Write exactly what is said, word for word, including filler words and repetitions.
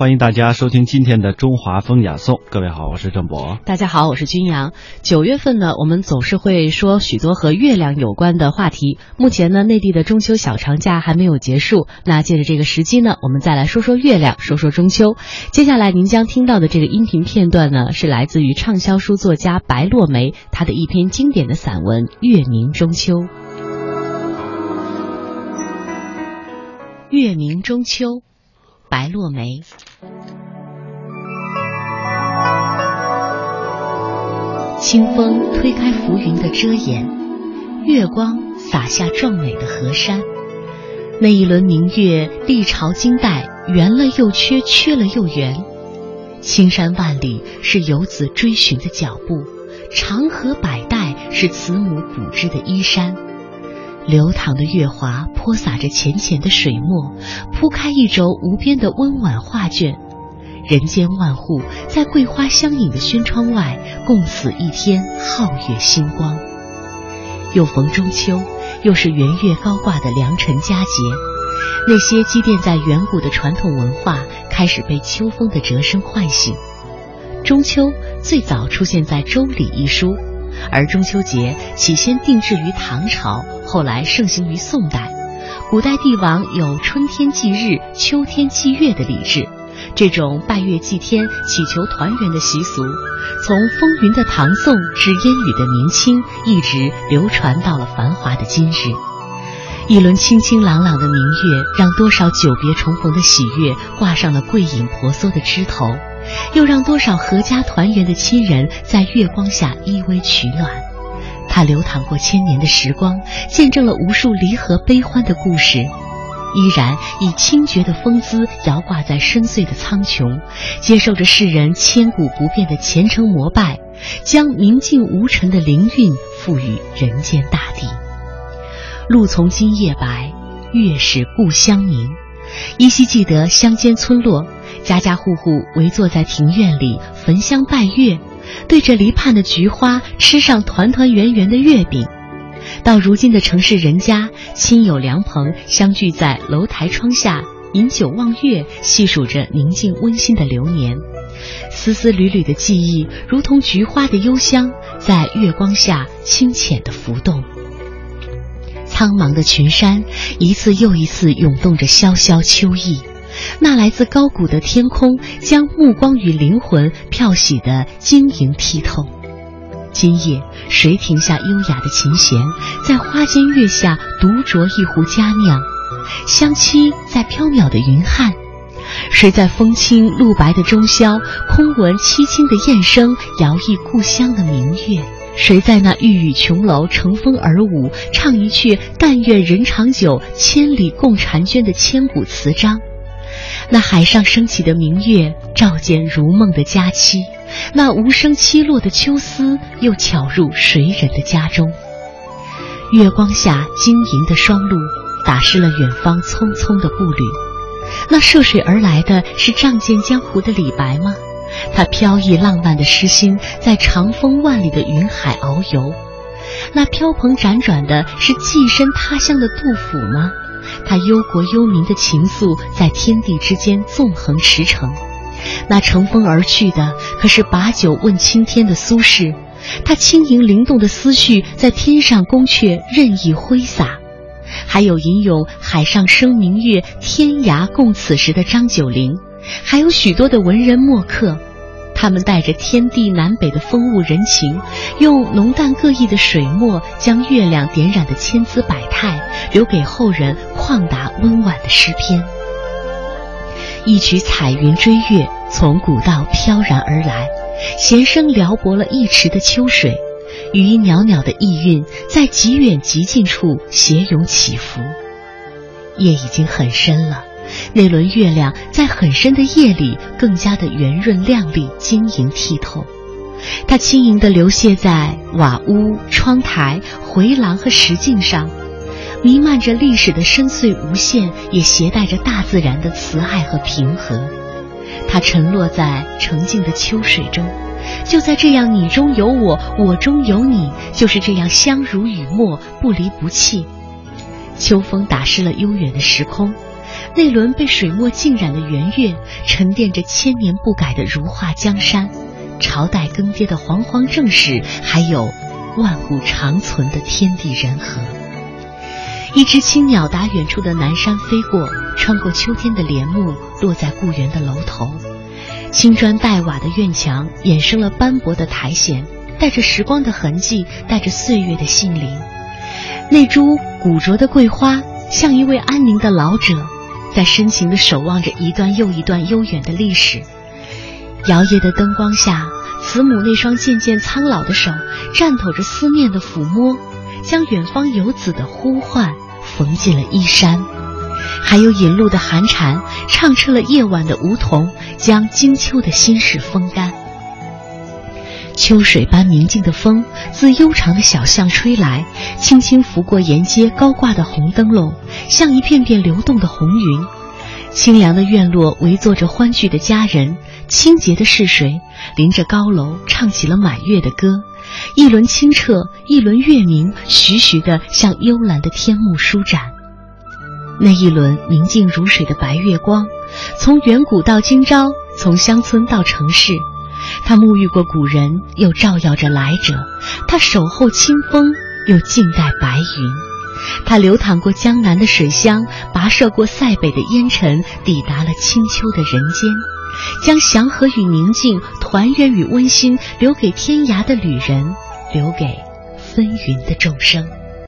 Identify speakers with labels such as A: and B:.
A: 欢迎大家收听今天的中华风雅颂。各位好，我是郑博。
B: 大家好，我是君阳。九月份呢，我们总是会说许多和月亮有关的话题。目前呢，内地的中秋小长假还没有结束，那借着这个时机呢，我们再来说说月亮，说说中秋。接下来您将听到的这个音频片段呢，是来自于畅销书作家白落梅她的一篇经典的散文《月明中秋》。月明中秋，白落梅。清风推开浮云的遮掩，月光洒下壮美的河山。那一轮明月历朝经代，圆了又缺，缺了又圆。青山万里是游子追寻的脚步，长河百代是慈母补织的衣衫。流淌的月华泼洒着浅浅的水墨，铺开一轴无边的温婉画卷。人间万户在桂花相映的轩窗外，共此一天皓月星光。又逢中秋，又是圆月高挂的良辰佳节，那些积淀在远古的传统文化开始被秋风的折声唤醒。中秋最早出现在《周礼》一书，而中秋节起先定制于唐朝，后来盛行于宋代。古代帝王有春天祭日、秋天祭月的礼制，这种拜月祭天、祈求团圆的习俗，从风云的唐宋至烟雨的明清，一直流传到了繁华的今日。一轮清清朗朗的明月，让多少久别重逢的喜悦挂上了桂影婆娑的枝头，又让多少阖家团圆的亲人在月光下依偎取暖。它流淌过千年的时光，见证了无数离合悲欢的故事，依然以清绝的风姿摇挂在深邃的苍穹，接受着世人千古不变的虔诚膜拜，将宁静无尘的灵韵赋予人间大地。露从今夜白，月是故乡明。依稀记得乡间村落，家家户户围坐在庭院里焚香拜月，对着篱畔的菊花吃上团团圆圆的月饼。到如今的城市人家，亲友良朋相聚在楼台窗下，饮酒望月，细数着宁静温馨的流年。丝丝缕缕的记忆如同菊花的幽香，在月光下清浅地浮动。苍茫的群山一次又一次涌动着潇潇秋意，那来自高谷的天空将目光与灵魂漂洗得晶莹剔透。今夜谁停下优雅的琴弦，在花间月下独酌一壶佳酿？相期在缥缈的云汉，谁在风清露白的中宵，空闻凄清的雁声，摇曳故乡的明月？谁在那玉宇琼楼乘风而舞，唱一阙但愿人长久，千里共婵娟的千古词章？那海上升起的明月照见如梦的佳期，那无声凄落的秋思又巧入谁人的家中？月光下晶莹的双露打湿了远方匆匆的步履。那涉水而来的是仗剑江湖的李白吗？他飘逸浪漫的诗心在长风万里的云海遨游。那飘蓬辗转的是寄身他乡的杜甫吗？他忧国忧民的情愫在天地之间纵横驰骋。那乘风而去的可是把酒问青天的苏轼，他轻盈灵动的思绪在天上宫阙任意挥洒。还有吟咏海上生明月，天涯共此时的张九龄，还有许多的文人墨客，他们带着天地南北的风物人情，用浓淡各异的水墨将月亮点染的千姿百态，留给后人旷达温婉的诗篇。一曲彩云追月从古道飘然而来，弦声撩拨了一池的秋水，余音袅袅的意蕴在极远极近处斜涌起伏。夜已经很深了，那轮月亮在很深的夜里更加的圆润亮丽，晶莹剔透。它轻盈地流泻在瓦屋、窗台、回廊和石镜上，弥漫着历史的深邃无限，也携带着大自然的慈爱和平和。它沉落在澄净的秋水中，就在这样你中有我，我中有你，就是这样相濡以沫，不离不弃。秋风打湿了悠远的时空， 那轮被水墨浸染的圆月，沉淀着千年不改的如画江山，朝代更迭的煌煌正史，还有万古长存的天地人和。一只青鸟打远处的南山飞过，穿过秋天的帘幕，落在故园的楼头。青砖黛瓦的院墙衍生了斑驳的苔藓，带着时光的痕迹，带着岁月的杏林。那株古拙的桂花像一位安宁的老者，在深情地守望着一段又一段悠远的历史。摇曳的灯光下，慈母那双渐渐苍老的手颤抖着思念的抚摸，将远方游子的呼唤缝进了衣衫。还有引路的寒蝉唱彻了夜晚的梧桐，将金秋的心事风干。秋水般明净的风自悠长的小巷吹来，轻轻拂过沿街高挂的红灯笼，像一片片流动的红云。清凉的院落围坐着欢聚的家人，清洁的逝水临着高楼唱起了满月的歌，一轮清澈，一轮月明，徐徐地向幽蓝的天幕舒展。那一轮明净如水的白月光，从远古到今朝，从乡村到城市，它沐浴过古人，又照耀着来者，它守候清风，又静待白云。它流淌过江南的水乡，跋涉过塞北的烟尘，抵达了清秋的人间，将祥和与宁静、团圆与温馨留给天涯的旅人，留给纷纭的众生。